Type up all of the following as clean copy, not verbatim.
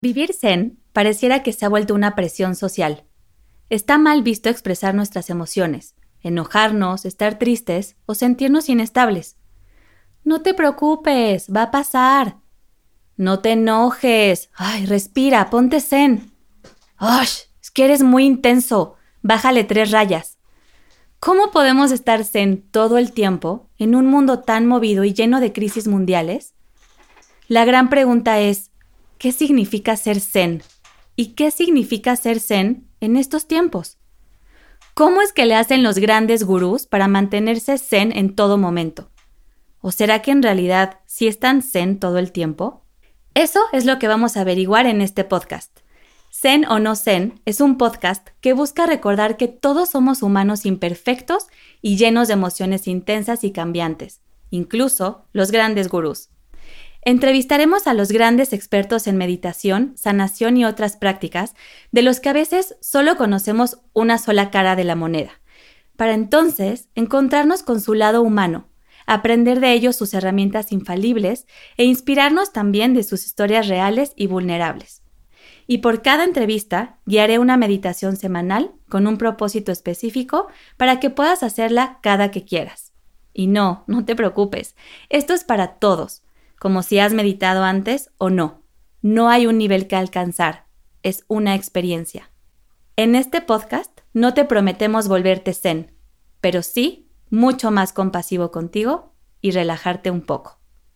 Vivir zen pareciera que se ha vuelto una presión social. Está mal visto expresar nuestras emociones, enojarnos, estar tristes o sentirnos inestables. No te preocupes, va a pasar. No te enojes. Ay, respira, ponte zen. ¡Ay! Es que eres muy intenso. Bájale 3 rayas. ¿Cómo podemos estar zen todo el tiempo en un mundo tan movido y lleno de crisis mundiales? La gran pregunta es, ¿qué significa ser zen? ¿Y qué significa ser zen en estos tiempos? ¿Cómo es que le hacen los grandes gurús para mantenerse zen en todo momento? ¿O será que en realidad sí están zen todo el tiempo? Eso es lo que vamos a averiguar en este podcast. Zen o no zen es un podcast que busca recordar que todos somos humanos imperfectos y llenos de emociones intensas y cambiantes, incluso los grandes gurús. Entrevistaremos a los grandes expertos en meditación, sanación y otras prácticas, de los que a veces solo conocemos una sola cara de la moneda, para entonces encontrarnos con su lado humano, aprender de ellos sus herramientas infalibles e inspirarnos también de sus historias reales y vulnerables. Y por cada entrevista guiaré una meditación semanal con un propósito específico para que puedas hacerla cada que quieras. Y no te preocupes, esto es para todos, como si has meditado antes o no. No hay un nivel que alcanzar, es una experiencia. En este podcast no te prometemos volverte zen, pero sí mucho más compasivo contigo y relajarte un poco.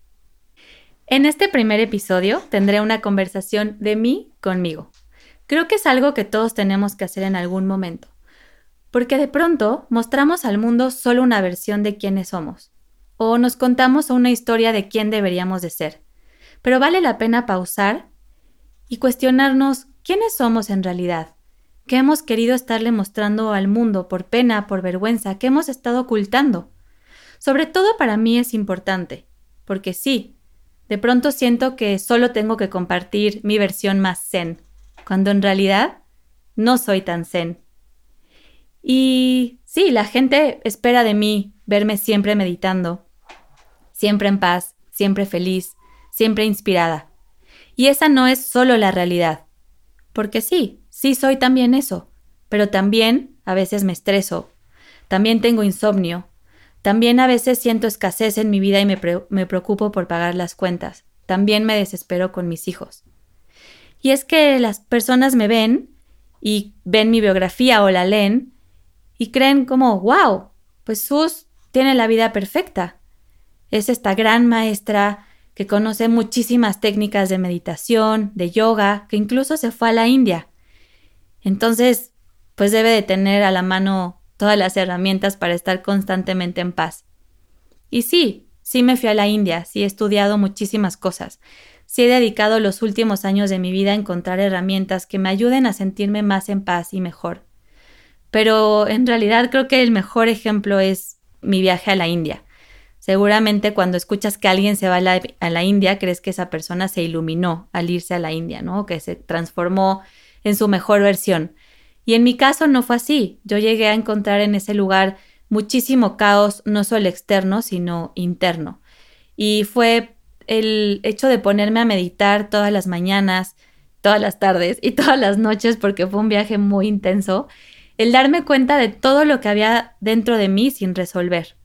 En este primer episodio tendré una conversación de mí conmigo. Creo que es algo que todos tenemos que hacer en algún momento, porque de pronto mostramos al mundo solo una versión de quiénes somos. O nos contamos una historia de quién deberíamos de ser. Pero vale la pena pausar y cuestionarnos quiénes somos en realidad, qué hemos querido estarle mostrando al mundo por pena, por vergüenza, qué hemos estado ocultando. Sobre todo para mí es importante, porque sí, de pronto siento que solo tengo que compartir mi versión más zen, cuando en realidad no soy tan zen. Y sí, la gente espera de mí verme siempre meditando, siempre en paz, siempre feliz, siempre inspirada. Y esa no es solo la realidad. Porque sí soy también eso, pero también a veces me estreso, también tengo insomnio, también a veces siento escasez en mi vida y me preocupo por pagar las cuentas, también me desespero con mis hijos. Y es que las personas me ven y ven mi biografía o la leen y creen como, wow, pues Sus tiene la vida perfecta. Es esta gran maestra que conoce muchísimas técnicas de meditación, de yoga, que incluso se fue a la India. Entonces, pues debe de tener a la mano todas las herramientas para estar constantemente en paz. Y sí me fui a la India, sí he estudiado muchísimas cosas. Sí he dedicado los últimos años de mi vida a encontrar herramientas que me ayuden a sentirme más en paz y mejor. Pero en realidad creo que el mejor ejemplo es mi viaje a la India. Seguramente cuando escuchas que alguien se va a la India, crees que esa persona se iluminó al irse a la India, ¿no? Que se transformó en su mejor versión. Y en mi caso no fue así. Yo llegué a encontrar en ese lugar muchísimo caos, no solo externo, sino interno. Y fue el hecho de ponerme a meditar todas las mañanas, todas las tardes y todas las noches, porque fue un viaje muy intenso, el darme cuenta de todo lo que había dentro de mí sin resolver.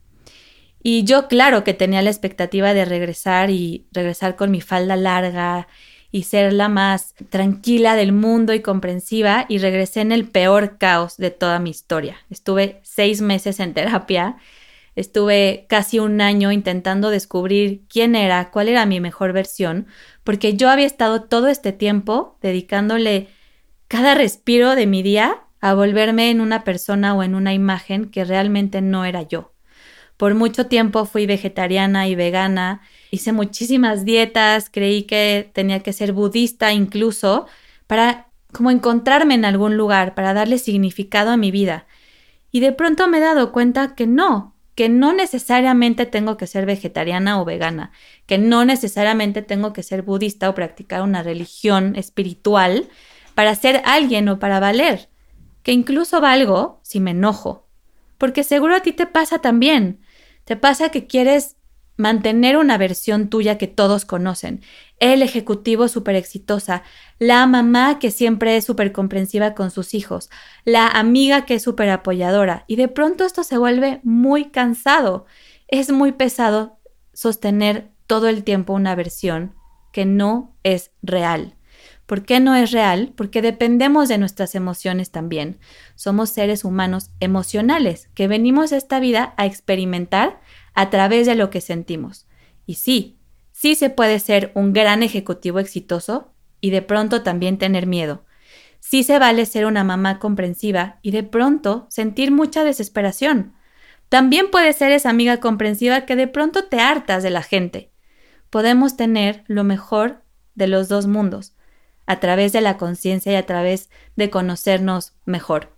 Y yo claro que tenía la expectativa de regresar con mi falda larga y ser la más tranquila del mundo y comprensiva, y regresé en el peor caos de toda mi historia. Estuve 6 meses en terapia, estuve casi 1 año intentando descubrir quién era, cuál era mi mejor versión, porque yo había estado todo este tiempo dedicándole cada respiro de mi día a volverme en una persona o en una imagen que realmente no era yo. Por mucho tiempo fui vegetariana y vegana, hice muchísimas dietas, creí que tenía que ser budista incluso para como encontrarme en algún lugar, para darle significado a mi vida. Y de pronto me he dado cuenta que no necesariamente tengo que ser vegetariana o vegana, que no necesariamente tengo que ser budista o practicar una religión espiritual para ser alguien o para valer, que incluso valgo si me enojo, porque seguro a ti te pasa también. Te pasa que quieres mantener una versión tuya que todos conocen. El ejecutivo súper exitosa, la mamá que siempre es súper comprensiva con sus hijos, la amiga que es súper apoyadora. Y de pronto esto se vuelve muy cansado. Es muy pesado sostener todo el tiempo una versión que no es real. ¿Por qué no es real? Porque dependemos de nuestras emociones también. Somos seres humanos emocionales que venimos a esta vida a experimentar a través de lo que sentimos. Y sí se puede ser un gran ejecutivo exitoso y de pronto también tener miedo. Sí se vale ser una mamá comprensiva y de pronto sentir mucha desesperación. También puede ser esa amiga comprensiva que de pronto te hartas de la gente. Podemos tener lo mejor de los dos mundos, a través de la conciencia y a través de conocernos mejor.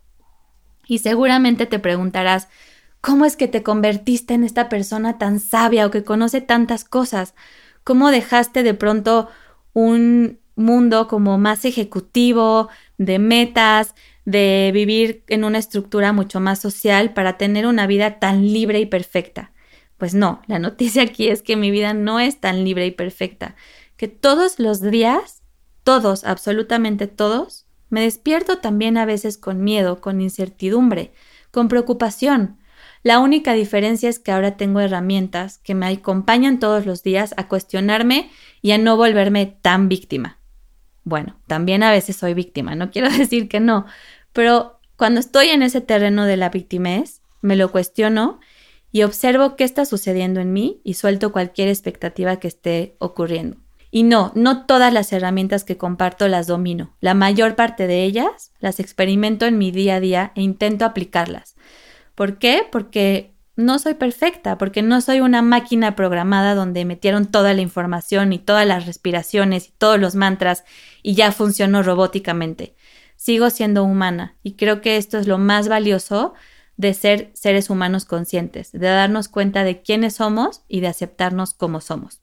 Y seguramente te preguntarás, ¿cómo es que te convertiste en esta persona tan sabia o que conoce tantas cosas? ¿Cómo dejaste de pronto un mundo como más ejecutivo, de metas, de vivir en una estructura mucho más social para tener una vida tan libre y perfecta? Pues no, la noticia aquí es que mi vida no es tan libre y perfecta, que todos los días, todos, absolutamente todos, me despierto también a veces con miedo, con incertidumbre, con preocupación. La única diferencia es que ahora tengo herramientas que me acompañan todos los días a cuestionarme y a no volverme tan víctima. Bueno, también a veces soy víctima, no quiero decir que no, pero cuando estoy en ese terreno de la victimez, me lo cuestiono y observo qué está sucediendo en mí y suelto cualquier expectativa que esté ocurriendo. Y no todas las herramientas que comparto las domino. La mayor parte de ellas las experimento en mi día a día e intento aplicarlas. ¿Por qué? Porque no soy perfecta, porque no soy una máquina programada donde metieron toda la información y todas las respiraciones y todos los mantras y ya funcionó robóticamente. Sigo siendo humana y creo que esto es lo más valioso de ser seres humanos conscientes, de darnos cuenta de quiénes somos y de aceptarnos como somos.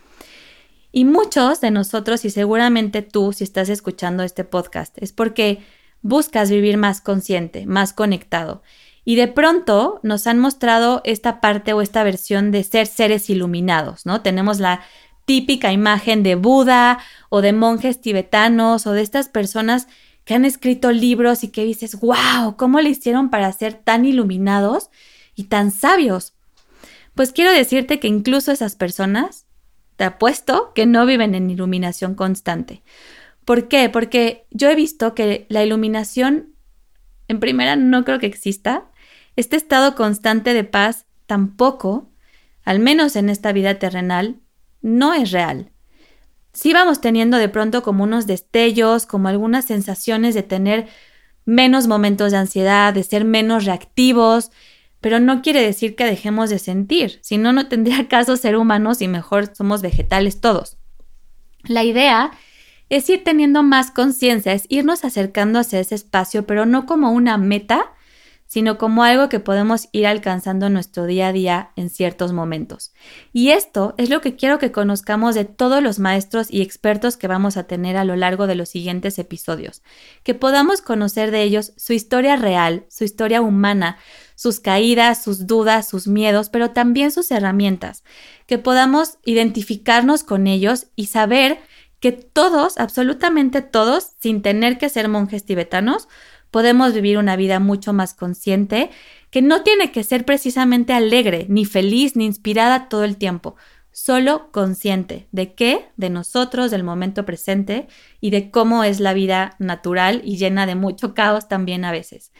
Y muchos de nosotros, y seguramente tú, si estás escuchando este podcast, es porque buscas vivir más consciente, más conectado. Y de pronto nos han mostrado esta parte o esta versión de ser seres iluminados, ¿no? Tenemos la típica imagen de Buda o de monjes tibetanos o de estas personas que han escrito libros y que dices, ¡wow! ¿Cómo le hicieron para ser tan iluminados y tan sabios? Pues quiero decirte que incluso esas personas, te apuesto que no viven en iluminación constante. ¿Por qué? Porque yo he visto que la iluminación, en primera, no creo que exista. Este estado constante de paz tampoco, al menos en esta vida terrenal, no es real. Sí vamos teniendo de pronto como unos destellos, como algunas sensaciones de tener menos momentos de ansiedad, de ser menos reactivos, pero no quiere decir que dejemos de sentir, si no, no tendría caso ser humanos y mejor somos vegetales todos. La idea es ir teniendo más conciencia, es irnos acercando hacia ese espacio, pero no como una meta, sino como algo que podemos ir alcanzando en nuestro día a día en ciertos momentos. Y esto es lo que quiero que conozcamos de todos los maestros y expertos que vamos a tener a lo largo de los siguientes episodios, que podamos conocer de ellos su historia real, su historia humana, sus caídas, sus dudas, sus miedos, pero también sus herramientas, que podamos identificarnos con ellos y saber que todos, absolutamente todos, sin tener que ser monjes tibetanos, podemos vivir una vida mucho más consciente, que no tiene que ser precisamente alegre, ni feliz, ni inspirada todo el tiempo, solo consciente de qué, de nosotros, del momento presente y de cómo es la vida natural y llena de mucho caos también a veces.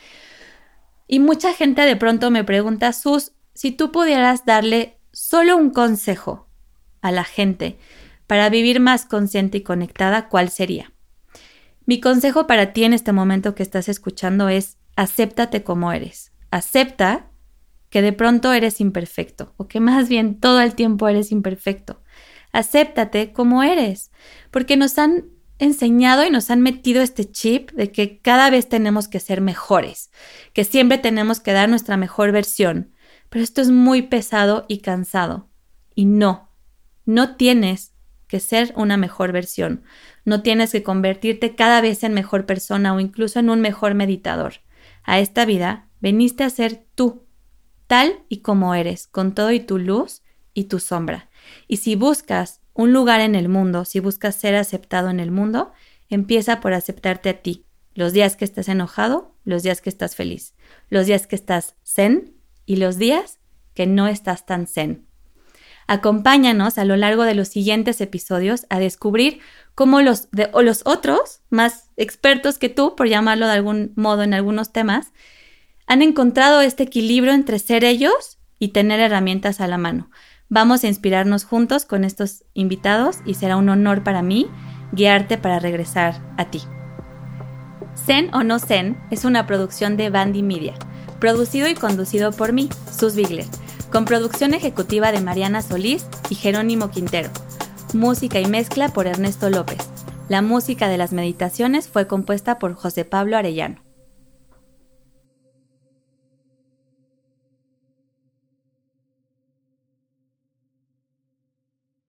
Y mucha gente de pronto me pregunta, Sus, si tú pudieras darle solo un consejo a la gente para vivir más consciente y conectada, ¿cuál sería? Mi consejo para ti en este momento que estás escuchando es acéptate como eres. Acepta que de pronto eres imperfecto o que más bien todo el tiempo eres imperfecto. Acéptate como eres, porque nos han enseñado y nos han metido este chip de que cada vez tenemos que ser mejores, que siempre tenemos que dar nuestra mejor versión. Pero esto es muy pesado y cansado. Y no tienes que ser una mejor versión. No tienes que convertirte cada vez en mejor persona o incluso en un mejor meditador. A esta vida veniste a ser tú, tal y como eres, con todo y tu luz y tu sombra. Y si buscas un lugar en el mundo, si buscas ser aceptado en el mundo, empieza por aceptarte a ti. Los días que estás enojado, los días que estás feliz, los días que estás zen y los días que no estás tan zen. Acompáñanos a lo largo de los siguientes episodios a descubrir cómo los otros, más expertos que tú, por llamarlo de algún modo en algunos temas, han encontrado este equilibrio entre ser ellos y tener herramientas a la mano. Vamos a inspirarnos juntos con estos invitados y será un honor para mí guiarte para regresar a ti. Zen o no Zen es una producción de Bandy Media, producido y conducido por mí, Sus Bigler, con producción ejecutiva de Mariana Solís y Jerónimo Quintero. Música y mezcla por Ernesto López. La música de las meditaciones fue compuesta por José Pablo Arellano.